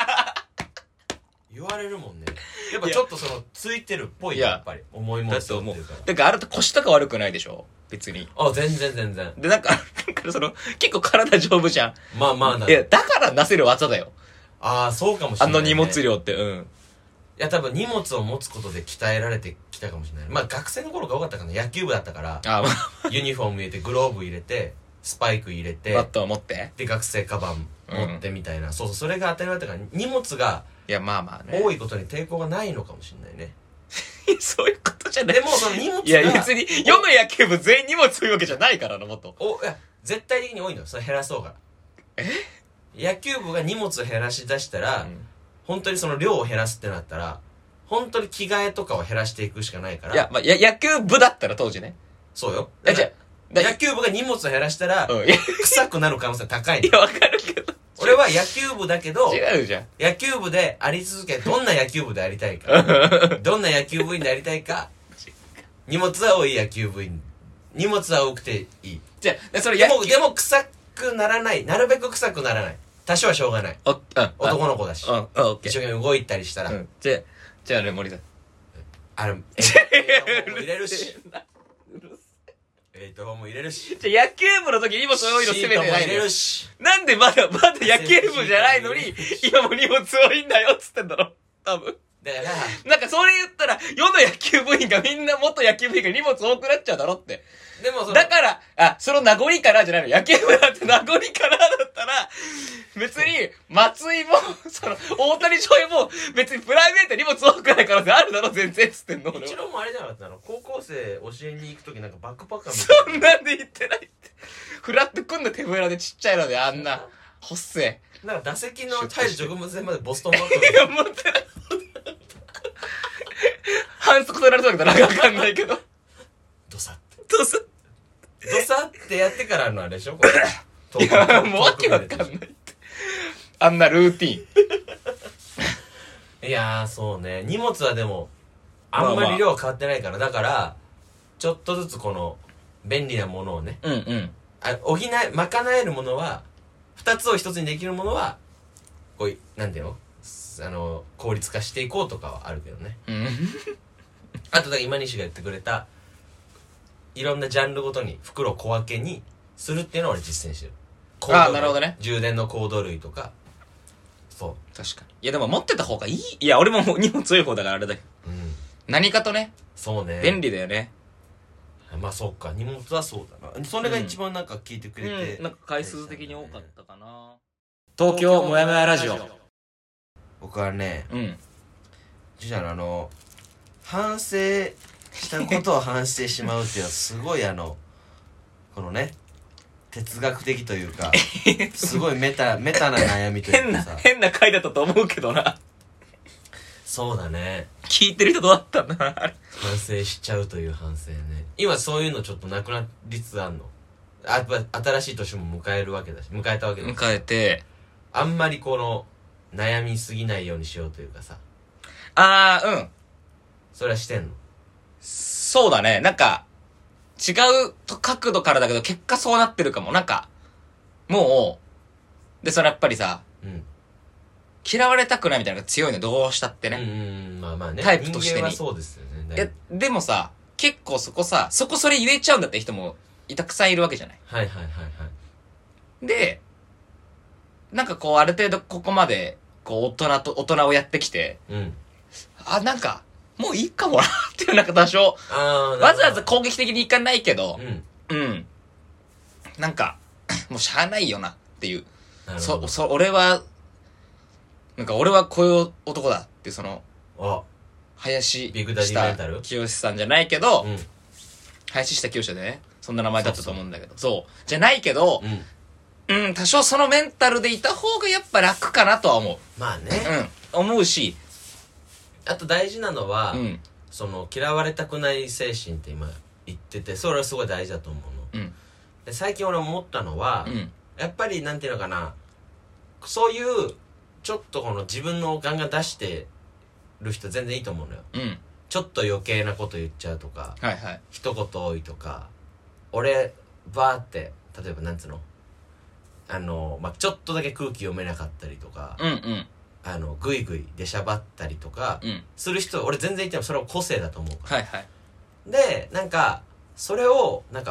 言われるもんね。やっぱちょっとついてるっぽいやっぱり。重いもの背負ってるから。 だからあなた腰とか悪くないでしょ？ 別に。 あ、全然。 で、なんかその、結構体丈夫じゃん。 まあいや、だからなせる技だよ。 ああ、そうかもしれない、ね。 荷物量って、 いや、多分荷物を持つことで鍛えられてきたかもしれない。まあ、学生の頃が多かったかな。野球部だったから、ユニフォーム入れて、グローブ入れて、スパイク入れて、 バットを持って。 で、学生カバン持ってみたいな。そう、それが当たり前だったから、荷物が、 いや、まあね。 多いことに抵抗がないのかもしれないね。 そういうことじゃない。 でも、その荷物が。 いや、別に、世の野球部全員荷物多いわけじゃないからな、もっと。 いや、絶対的に多いのよ。それ減らそうが。野球部が荷物を減らし出したら、本当にその量を減らすってなったら、本当に着替えとかを減らしていくしかないから。 いや、まあ、野球部だったら当時ね。 そうよ。 じゃ野球部が荷物を減らしたら、臭くなる可能性高いの。 いや、わかるけど。 俺は野球部だけど、 違うじゃん。 野球部であり続け、どんな野球部でありたいか。どんな野球部員でありたいか。荷物は多い野球部員。荷物は多くていい。 じゃあ、それでも臭くならない。なるべく臭くならない。多少はしょうがない。男の子だし。一生懸命動いたりしたら。 じゃあね、森さん。 入れるし。もう入れるし。 じゃあ野球部の時荷物多いの攻めてないの入れるし。 なんでまだ野球部じゃないのに、今も荷物多いんだよっつってんだろ多分。 だから。 なんかそれ言ったら、世の野球部員がみんな元野球部員が荷物多くなっちゃうだろって。 でもだから、その名残からじゃないの。野球部だって名残からだったら、別に、松井も、大谷翔平も、別にプライベート荷物多くない可能性あるだろ、全然っつってんの。 一郎もあれじゃなかったの？高校生教えに行くときなんかバックパッカーみたいな。そんなんで言ってないって。フラッとくんの手ぶらでちっちゃいので、あんな、ほっせ。 なんか打席の対直務戦までボストンバットいや、持ってない。反則取られそうだけど、なんかわかんないけど。 ドサって。 ドサってやってからのあれでしょこれ。 いや、もうわけわかんないって。あんなルーティン。いやー、そうね。荷物はでも、あんまり量は変わってないから。だから、ちょっとずつこの、便利なものをね。賄えるものは、二つを一つにできるものは、こういう、なんていうの？効率化していこうとかはあるけどね。あと、だから今西が言ってくれた、いろんなジャンルごとに袋を小分けにするっていうのを俺実践してる。 なるほどね。 充電のコード類とか。そう。 確かに。いやでも持ってた方がいい。いや、俺も荷物多い方だからあれだけど。何かとね。 そうね。 便利だよね。 まあそっか、荷物はそうだな。それが一番なんか聞いてくれて。 なんか回数的に多かったかな。東京もやもやラジオ。 僕はね、実は反省したことを反省してしまうっていうのはすごいこのね、哲学的というか、すごいメタな悩みというかさ。 変な回だったと思うけどな。 そうだね。 聞いてる人どうだったんだな。 反省しちゃうという反省ね。今そういうのちょっとなくなりつつあんの。やっぱ新しい年も迎えるわけだし、迎えたわけだし。 迎えて、 あんまり悩みすぎないようにしようというかさ。それはしてんの？ そうだね。なんか、違う角度からだけど、結果そうなってるかも。なんか、もう、で、やっぱりさ、嫌われたくないみたいなのが強いの、どうしたってね。 まあね。 タイプとしてに。 人間はそうですよね。 でもさ、結構それ言えちゃうんだって人もたくさんいるわけじゃない。で、なんかある程度ここまで、大人をやってきて、なんか、もういいかもなっていう、なんか多少、わざわざ攻撃的にいかないけど、なんか、もうしゃあないよなっていう。俺はこういう男だって林下清さんじゃないけど、林下清でね、そんな名前だったと思うんだけど、じゃないけど、多少そのメンタルでいた方がやっぱ楽かなとは思う。 まあね。 思うし、 あと大事なのは、嫌われたくない精神って今言ってて、それはすごい大事だと思うの。で最近俺思ったのは、やっぱりなんていうのかな、そういうちょっと自分のガンガン出してる人全然いいと思うのよ。ちょっと余計なこと言っちゃうとか、一言多いとか、俺バーって例えばなんつうの、ちょっとだけ空気読めなかったりとか、ぐいぐい出しゃばったりとかする人、俺全然言ってもそれは個性だと思うから。でなんかそれをなんか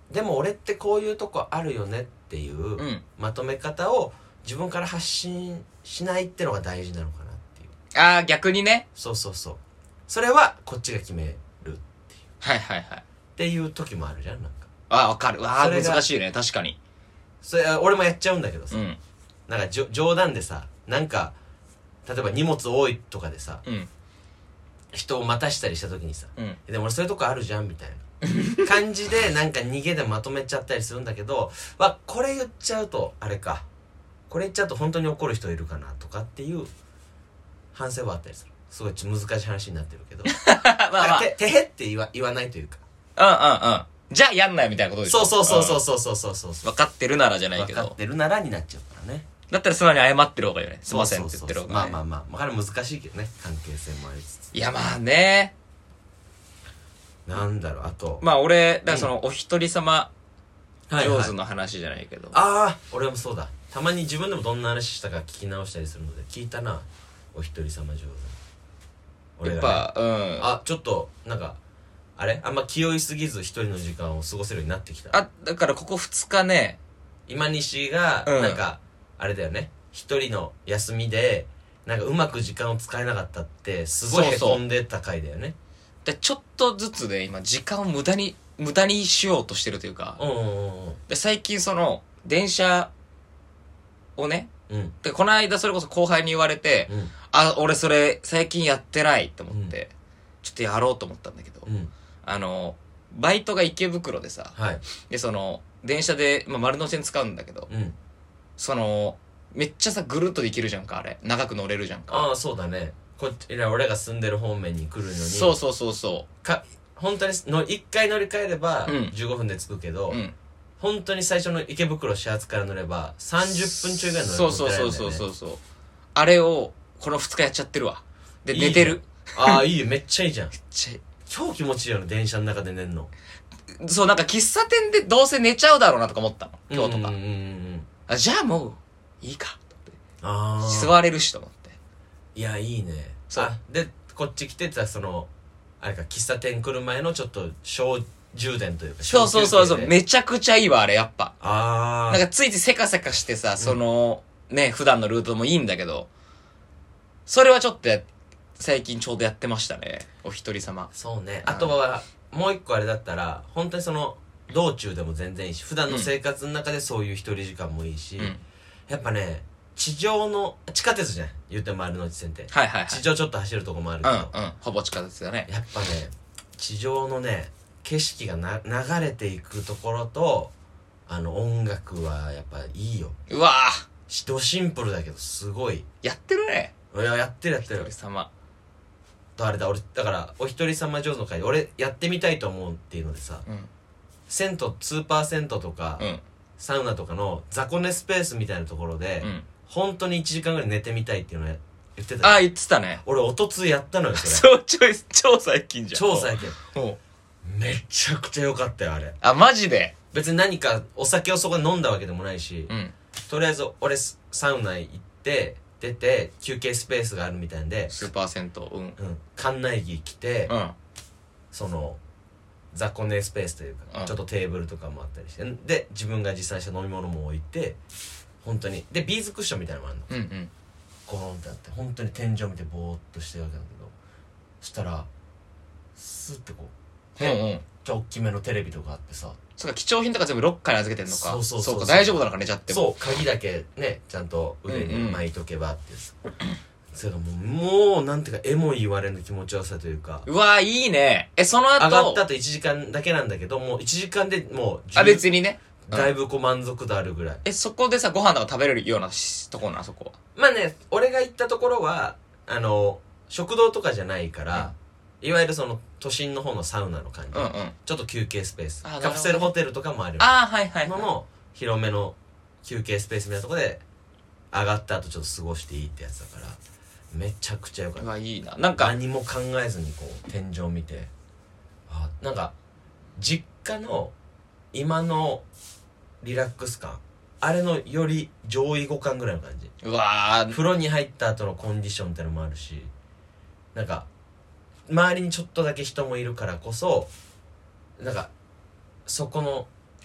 でも俺ってこういうとこあるよねっていう、まとめ方を自分から発信しないってのが大事なのかなっていう。 ああ、逆にね。 そうそうそう。それはこっちが決めるっていう。 はいはいはい。 っていう時もあるじゃん、なんか。 ああ、わかる。わあ、難しいね。確かに。 それ俺もやっちゃうんだけどさ。なんか冗談でさ、なんか、例えば荷物多いとかでさ、人を待たしたりした時にさ、でも俺そういうとこあるじゃんみたいな感じでなんか逃げでまとめちゃったりするんだけど、これ言っちゃうとあれか、これ言っちゃうと本当に怒る人いるかなとかっていう反省はあったりする。すごい難しい話になってるけどまあ、てへって言わないというか、 じゃあやんないみたいなことでしょ。 そう分かってるならじゃないけど、 分かってるならになっちゃうからね。 だったら素直に謝ってる方がいいよね。すいませんって言ってる方が、ね、 まあ難しいけどね、関係性もありつつ。 いやまあね、 なんだろう、あとまあ俺だからそのお一人様上手の話じゃないけど、 ああ俺もそうだ、たまに自分でもどんな話したか聞き直したりするので聞いたな、お一人様上手。 俺が、ね、 あちょっとなんかあれあんま気負いすぎず一人の時間を過ごせるようになってきた。 だからここ2日ね、 今西がなんか、あれだよね、一人の休みでなんかうまく時間を使えなかったってすごいへこんでた回だよね。 でちょっとずつで今時間を無駄にしようとしてるというか、で最近その電車をね、でこの間それこそ後輩に言われて、俺それ最近やってないと思って、ちょっとやろうと思ったんだけど、バイトが池袋でさ、でその電車で、丸ノ内線使うんだけど、そのめっちゃさぐるっとできるじゃんか、あれ長く乗れるじゃんか。 ああそうだね、俺が住んでる方面に来るのに、 そう本当に1回乗り換えれば15分で着くけど、本当に最初の池袋始発から乗れば30分ちょいぐらい乗れるんだよね。 そうあれをこの2日やっちゃってるわ。で寝てる。 ああいいよ、めっちゃいいじゃん。 めっちゃいい。 超気持ちいいよね、電車の中で寝んの。 そう、なんか喫茶店でどうせ寝ちゃうだろうなとか思ったの今日とか。じゃあもういいかと思って、座れるしと思って。 いやいいね。でこっち来てたそのあれか、喫茶店来る前のちょっと小充電というか、 そうめちゃくちゃいいわあれ、やっぱ。 なんかついついせかせかしてさ、そのね普段のルートもいいんだけど、それはちょっと最近ちょうどやってましたね、お一人様。 そうね。あとはもう一個あれだったら本当にその道中でも全然いいし、普段の生活の中でそういう一人時間もいいし、やっぱね、地下鉄じゃん言うても丸ノ内線って、地上ちょっと走るとこもあるけど、 ほぼ地下鉄だね。やっぱね、地上のね景色が流れていくところと音楽はやっぱいいよ。 うわドシンプルだけどすごいやってるね。 いややってる。お一人様あれだ、俺だからお一人様上手の会で俺やってみたいと思うっていうのでさ、銭湯スーパー銭湯とか、サウナとかの雑魚寝スペースみたいなところで、本当に1時間ぐらい寝てみたいっていうのを言ってた。 言ってたね。 俺おとついやったのよそれ。 超最近じゃん。 超最近。めちゃくちゃ良かったよあれ。 マジで。 別に何かお酒をそこで飲んだわけでもないし、とりあえず俺サウナ行って出て休憩スペースがあるみたいんで、 スーパー銭湯館内着着て、その雑魚寝スペースというか、ちょっとテーブルとかもあったりして、で自分が実際した飲み物も置いて、本当にでビーズクッションみたいなのもあるの、コロンってあって本当に天井見てボーっとしてるわけなんだけど、そしたらスッてこうじゃあ大きめのテレビとかあってさ、 そうか、貴重品とか全部ロッカーに預けてんのか。 そうか、大丈夫なのか、寝ちゃっても。 そう、鍵だけねちゃんと腕に巻いとけばってさ、それがもうなんていうかエモい言われの気持ちよさというか、 うわーいいね。その後上がった後1時間だけなんだけど、もう1時間でもう別にねだいぶ満足度あるぐらい。 そこでさご飯とか食べれるようなところな、そこは。 まあね、俺が行ったところは食堂とかじゃないから、いわゆるその都心の方のサウナの感じ、ちょっと休憩スペース、カプセルホテルとかもあるのの広めの休憩スペースみたいなところで上がった後ちょっと過ごしていいってやつだから、めちゃくちゃよかった。 いいな。なんか何も考えずにこう天井見て、なんか実家の今のリラックス感、あれのより上位互換ぐらいの感じ。 うわー、 風呂に入った後のコンディションってのもあるし、なんか周りにちょっとだけ人もいるからこそ、なんかそこの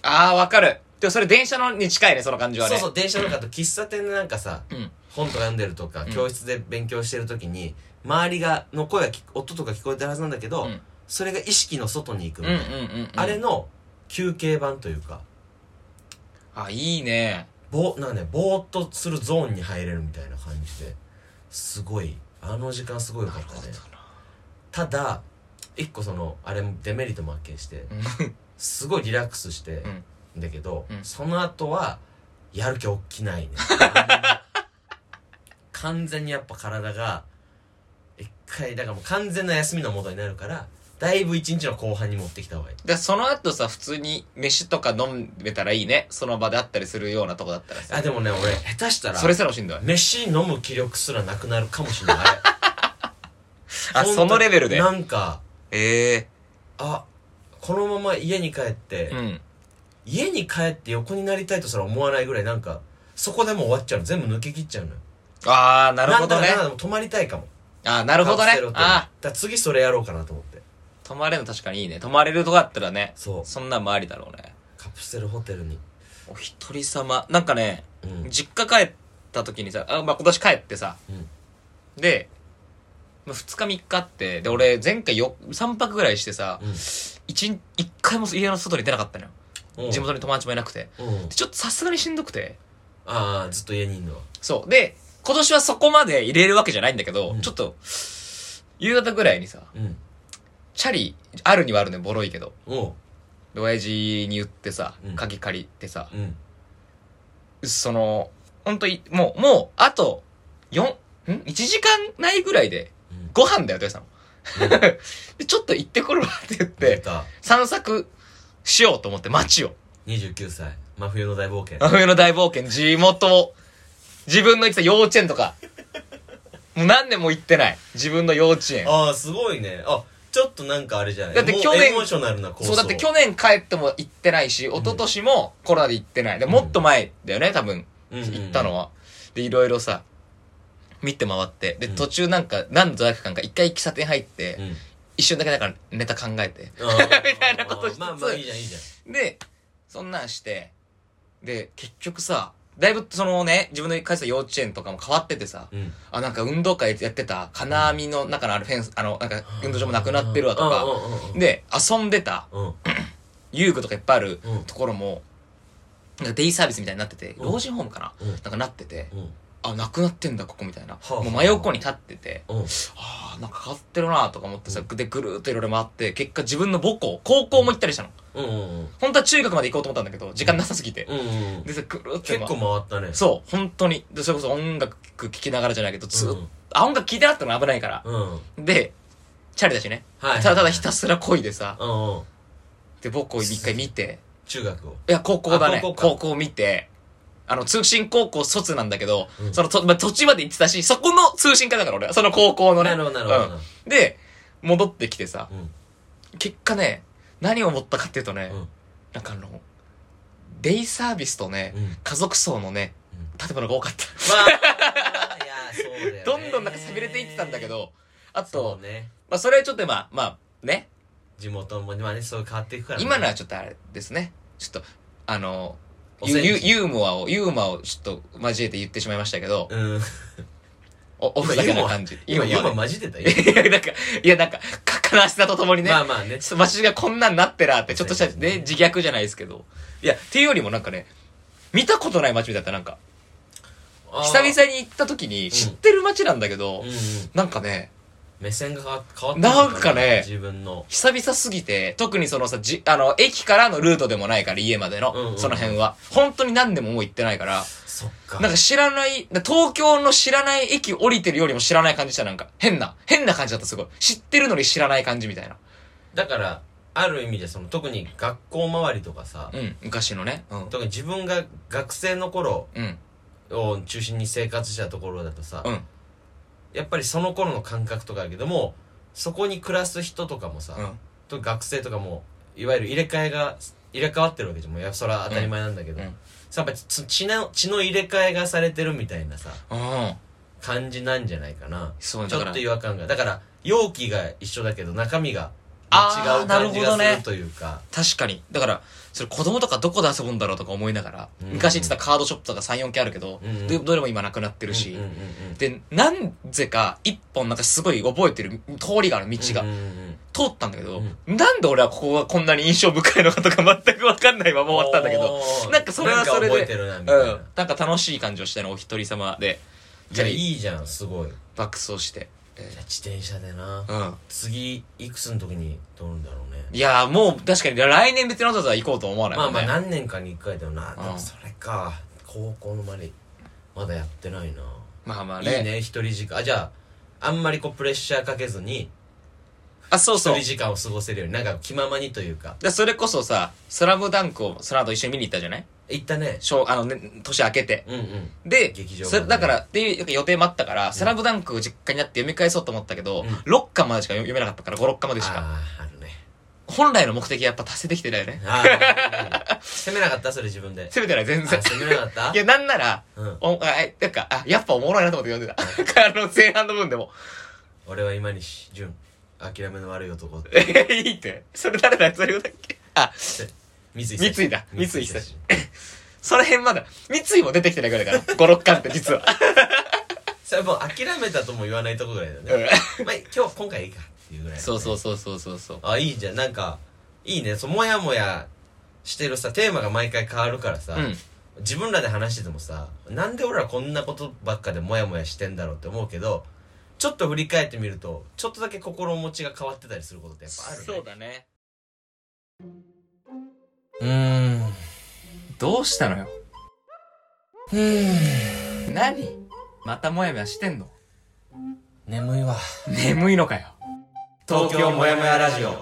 ああ、わかる。でもそれ電車のに近いね、その感じはね。 そうそう、電車とかと喫茶店でなんかさ、本とか読んでるとか、教室で勉強してるときに、周りの声が音とか聞こえてるはずなんだけど、それが意識の外に行くみたいな。あれの休憩版というか。 あ、いいね。 ぼーっとするゾーンに入れるみたいな感じで、すごい、あの時間すごい良かったね。ただ、一個あれもデメリットも発見して、すごいリラックスして、だけど、その後はやる気起きないね。完全にやっぱ体が一回だからもう完全な休みのモードになるから、だいぶ一日の後半に持ってきた方がいい。 でその後さ、普通に飯とか飲めたらいいね、その場であったりするようなとこだったらさ。 あ、でもね、俺下手したらそれすらしんどい。 飯飲む気力すらなくなるかもしれない。 あ、そのレベルでなんかあ、 このまま家に帰って、家に帰って横になりたいとすら思わないぐらい、なんかそこでもう終わっちゃうの、全部抜け切っちゃうのよ。 ああ、なるほどね。 なんだ泊まりたいかも。 ああ、なるほどね。 ああ、だ次それやろうかなと思って。 泊まれるの確かにいいね。泊まれるとこだったらね、 そんなんもありだろうね。 カプセルホテルにお一人様なんかね、実家帰った時にさ、今年帰ってさ、で2日3日あって、で俺前回3泊ぐらいしてさ、一回も家の外に出なかったのよ。地元に友達もいなくて、ちょっとさすがにしんどくて、 ああ、ずっと家にいんの。 そうで、今年はそこまで入れるわけじゃないんだけど、ちょっと夕方ぐらいにさ、チャリあるにはあるね、ボロいけど、で親父に言ってさ、鍵借りてさ、ほんともうあと1時間ないぐらいでご飯だよって言われたの。でちょっと行ってくるわって言って散策しようと思って街を。 29歳真冬の大冒険。 真冬の大冒険、地元、自分の行ってた幼稚園とかもう何年も行ってない自分の幼稚園。 ああ、すごいね。あ、ちょっとなんかあれじゃない。 だって去年エモーショナルなコース。 そう、だって去年帰っても行ってないし、一昨年もコロナで行ってない。でもっと前だよね、多分行ったのは。でいろいろさ見て回って、で途中なんか何度だか一回喫茶店入って、一瞬だけだからネタ考えてみたいなことしつつ、 まあいいじゃんいいじゃん。 でそんなんして、で結局さ、だいぶ自分の通ってた幼稚園とかも変わっててさ、なんか運動会やってた金網の中のあるフェンス、なんか運動場もなくなってるわとか、で遊んでた遊具とかいっぱいあるところもなんかデイサービスみたいになってて、老人ホームかな、なんかなってて、あ、なくなってんだここみたいな、もう真横に立ってて、なんか変わってるなとか思ってさ、でぐるーっといろいろ回って、結果自分の母校、高校も行ったりしたの。本当は中学まで行こうと思ったんだけど時間なさすぎて、でさ、ぐるーっと結構回ったね。 そう、本当に。でそれこそ音楽聴きながらじゃないけど、音楽聴いてなかったの危ないから、でチャリだしね、ただただひたすら漕いでさ、で母校一回見て、 中学を、 いや高校だね、高校見て、通信高校卒なんだけど、途中まで行ってたし、そこの通信科だから俺は、その高校のね。 なるほどなるほど。 で、戻ってきてさ、結果ね、何を思ったかっていうとね、なんかデイサービスとね、家族層のね、建物が多かった。 まあ、いや、そうだよね。 どんどんなんか寂れていってたんだけど、あと、まあそれはちょっとまあね、 地元もね、そう変わっていくからね。 今のはちょっとあれですね、ちょっとユーモアをちょっと交えて言ってしまいましたけど、おふざけな感じ。 今交えてたいやなんか悲しさとともにね、 まあまあね、 街がこんなんなってらってちょっとしたね、自虐じゃないですけど、いやっていうよりもなんかね、見たことない街だった。なんか久々に行った時に知ってる街なんだけど、なんかね、 目線が変わってるなんかね、 自分の久々すぎて、特に駅からのルートでもないから、家までの、その辺は本当に何でももう行ってないから、 そっか、 なんか知らない、東京の知らない駅降りてるよりも知らない感じした。なんか変な感じだった。すごい知ってるのに知らない感じみたいな。 だからある意味で特に学校周りとかさ、 昔のね、 特に自分が学生の頃を中心に生活したところだとさ、やっぱりその頃の感覚とかだけども、そこに暮らす人とかもさ、学生とかもいわゆる入れ替わってるわけじゃん。もうそれは当たり前なんだけど、やっぱ血の入れ替えがされてるみたいなさ、感じなんじゃないかな。ちょっと違和感が。だから容器が一緒だけど中身が違う感じがするというか。 確かに。だからそれ子供とかどこで遊ぶんだろうとか思いながら、昔行ってたカードショップとか3、4軒あるけど、どれも今なくなってるし、で、なんぜか一本なんかすごい覚えてる通りがある道が、通ったんだけど、なんで俺はここがこんなに印象深いのかとか全くわかんないまま終わったんだけど、なんかそれはそれで、なんか楽しい感じをしたの、お一人様で。 いや、いいじゃん、すごい。 爆走して。 じゃあ自転車でな、次いくつの時に通るんだろうね。 いやもう確かに来年別にわざわざ行こうと思わないもんね。 まあ何年かに1回だよな。でもそれか、高校の前にまだやってないな。 まあまあね、 いいね、一人時間。じゃああんまりこうプレッシャーかけずに、 そう一人時間を過ごせるように、なんか気ままにというか。 それこそさ、スラムダンクをその後一緒に見に行ったじゃない？ 行ったね。 年明けて。で、だから、っていう予定もあったから、スラムダンクを実家になって読み返そうと思ったけど、6巻までしか読めなかったから、5、6巻までしか。 あるね。 本来の目的はやっぱ達成できてないよね。 攻めなかったそれ自分で。 攻めてない、全然。 攻めなかった？ いや、なんなら、なんか、やっぱおもろいなと思って読んでた。前半の分でも。 俺は今西純、諦めの悪い男って。 いいって。それ誰だそれだっけ？三井だ。三井久志。その辺まだ、三井も出てきてないぐらいだから。5、6巻って実は。 それもう諦めたとも言わないとこぐらいだよね。まあ今回いいかっていうぐらい。そう。あ、いいじゃん。なんか、いいね。もやもやしてるさ、テーマが毎回変わるからさ、自分らで話しててもさ、なんで俺らこんなことばっかでもやもやしてんだろうって思うけど、ちょっと振り返ってみると、ちょっとだけ心持ちが変わってたりすることってやっぱあるね。 そうだね。どうしたのよ。何？またもやもやしてんの？ 眠いわ。 眠いのかよ。 東京もやもやラジオ。い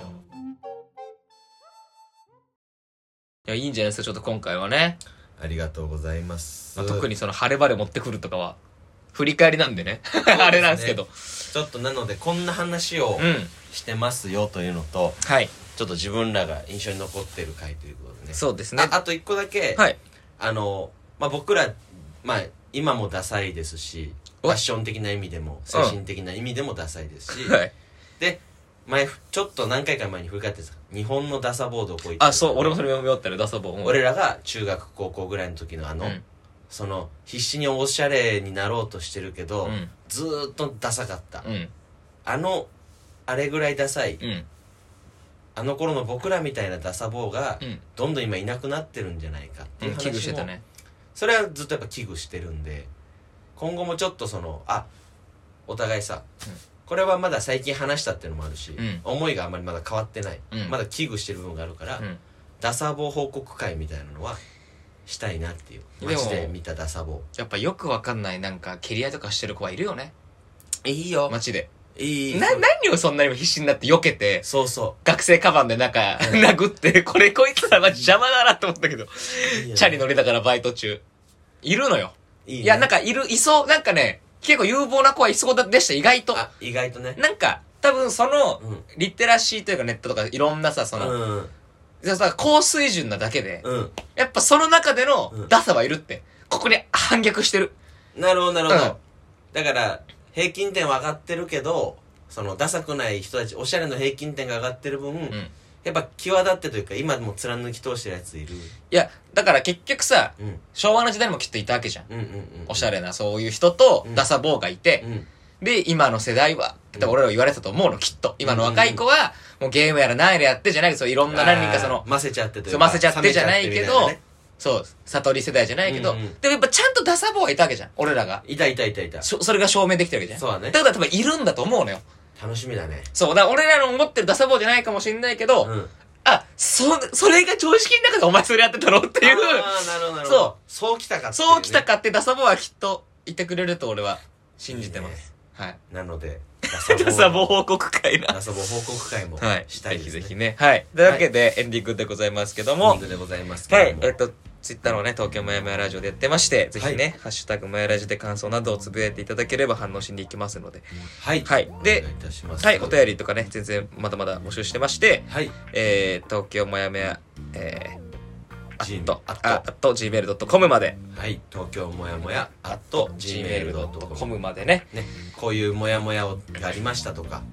や、いいんじゃないですか、ちょっと今回はね。 ありがとうございます。 特にその晴れ晴れ持ってくるとかは、振り返りなんでね。あれなんですけど。 ちょっとなので、こんな話をしてますよというのと、 はい。 ちょっと自分らが印象に残ってる回ということでね。 そうですね。 あと一個だけ、 はい。 僕ら、今もダサいですし、ファッション的な意味でも、精神的な意味でもダサいですし、 はい。 で、ちょっと何回か前に振り返ってた日本のダサボードをこう言って、 俺もそれ読み終わったらダサボード。 俺らが中学高校ぐらいの時の必死におしゃれになろうとしてるけど、ずーっとダサかった。あれぐらいダサい。あの頃の僕らみたいなダサ坊が、どんどん今いなくなってるんじゃないかっていう話も、 危惧してたね。 それはずっとやっぱ危惧してるんで、今後もちょっとお互いさ、これはまだ最近話したっていうのもあるし、思いがあんまりまだ変わってない、まだ危惧してる部分があるから、ダサ坊報告会みたいなのはしたいなっていう。マジで見たダサ坊。 やっぱよくわかんないなんか蹴り合いとかしてる子はいるよね。 いいよ。 マジで。 何をそんなにも必死になって避けて、 そう学生カバンでなんか殴って、こいつらマジ邪魔だなと思ったけど、チャリ乗りだからバイト中。いるのよ。いや、なんかいそう、なんかね、結構有望な子はいそうでした、意外と。 意外とね。 なんか、多分リテラシーというかネットとかいろんなさ、高水準なだけで、やっぱその中でのダサはいるって、ここに反逆してる。 なるほど。だから、平均点は上がってるけど、ダサくない人たち、おしゃれの平均点が上がってる分、やっぱ際立ってというか、今でも貫き通してるやついる。いや、だから結局さ、昭和の時代にもきっといたわけじゃん。おしゃれなそういう人と、ダサ坊がいて、で、今の世代は、俺らは言われてたと思うの、きっと。今の若い子は、もうゲームやら何やらやってじゃないけど、いろんな何人か混ぜちゃってというか。 混ぜちゃってじゃないけど、悟り世代じゃないけど、でもやっぱちゃんとダサ坊はいたわけじゃん、俺らが。 いた。 それが証明できてるわけじゃん。 そうだね。 だから多分いるんだと思うのよ。 楽しみだね。 そう、だから俺らの思ってるダサ坊じゃないかもしんないけど、それが常識の中でお前それやってたのっていう。 なるほど。そうきたかって。 そうきたかってダサ坊はきっといてくれると俺は信じてます。はい。 なので、 ダサ坊報告会な。 ダサ坊報告会もしたいですね。 ぜひぜひね。はい。というわけでエンディングでございますけども。 エンディングでございますけども。 はい。ツイッターのね、東京もやもやラジオでやってまして、ぜひね、ハッシュタグもやラジで感想などをつぶやいていただければ反応しに行きますので。 はい。 で、お便りとかね、全然まだまだ募集してまして、東京もやもや、@gmail.com まで。 はい。東京もやもや@gmail.com までね。 こういうもやもやがありましたとか、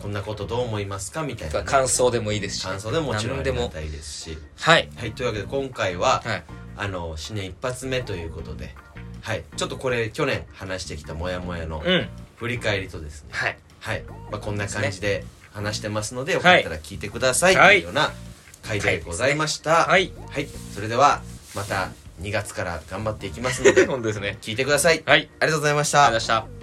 こんなことどう思いますかみたいな、ね、 感想でもいいですし、 感想でももちろんありがたいですし、 はい、 はい、というわけで今回は、 はい、 新年一発目ということで、はい、ちょっとこれ去年話してきたモヤモヤの振り返りとですね、 はい、 はい、まあ、こんな感じで話してますので、よかったら聞いてください、というような回でございました。はい、はい、それではまた2月から頑張っていきますので本当ですね、 聞いてください。 はい、 ありがとうございました。 ありがとうございました。